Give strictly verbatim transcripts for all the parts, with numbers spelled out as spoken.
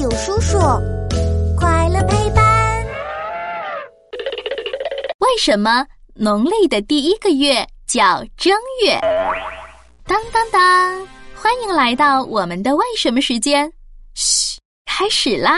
有叔叔，快乐陪伴。 为什么农历的第一个月叫正月？当当当，欢迎来到我们的为什么时间。嘘，开始啦！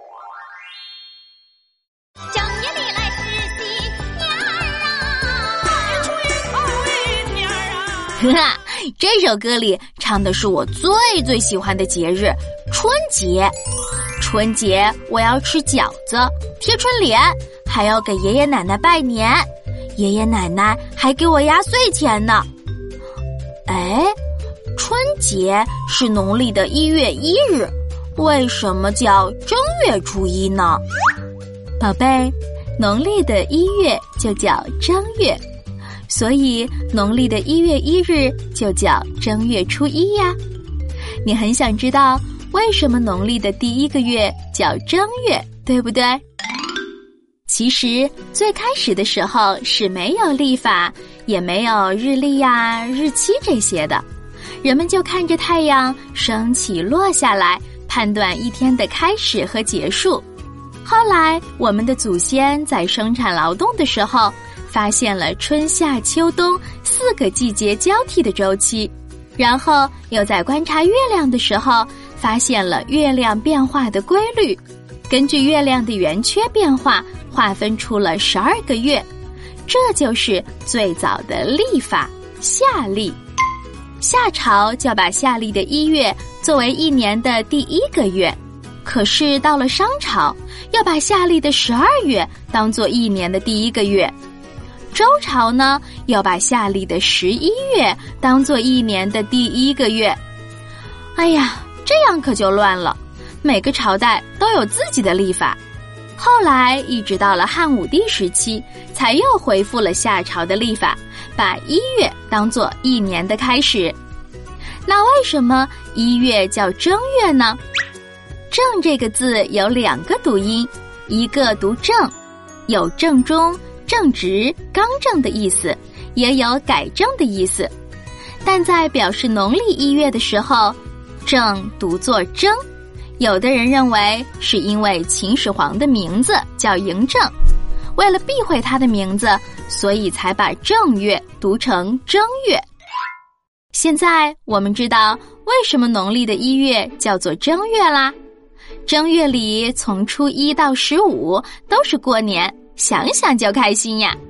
正月里来是喜年儿啊，吹口一年儿啊。 哈哈，这首歌里唱的是我最最喜欢的节日——春节。春节我要吃饺子、贴春联，还要给爷爷奶奶拜年。爷爷奶奶还给我压岁钱呢。哎，春节是农历的一月一日，为什么叫正月初一呢？宝贝，农历的一月就叫正月，所以农历的一月一日就叫正月初一呀。你很想知道为什么农历的第一个月叫正月，对不对？其实最开始的时候是没有历法，也没有日历呀、日期这些的，人们就看着太阳升起落下来，判断一天的开始和结束。后来我们的祖先在生产劳动的时候，发现了春夏秋冬四个季节交替的周期，然后又在观察月亮的时候，发现了月亮变化的规律，根据月亮的圆缺变化，划分出了十二个月，这就是最早的历法夏历。夏朝就把夏历的一月作为一年的第一个月，可是到了商朝，要把夏历的十二月当作一年的第一个月。周朝呢，要把夏历的十一月当作一年的第一个月。哎呀，这样可就乱了，每个朝代都有自己的历法。后来一直到了汉武帝时期，才又恢复了夏朝的历法，把一月当作一年的开始。那为什么一月叫正月呢？正这个字有两个读音，一个读正，有正中、正直、刚正的意思，也有改正的意思。但在表示农历一月的时候，正读作正，有的人认为是因为秦始皇的名字叫嬴政，为了避讳他的名字，所以才把正月读成正月。现在我们知道为什么农历的一月叫做正月啦。正月里从初一到十五都是过年，想想就开心呀。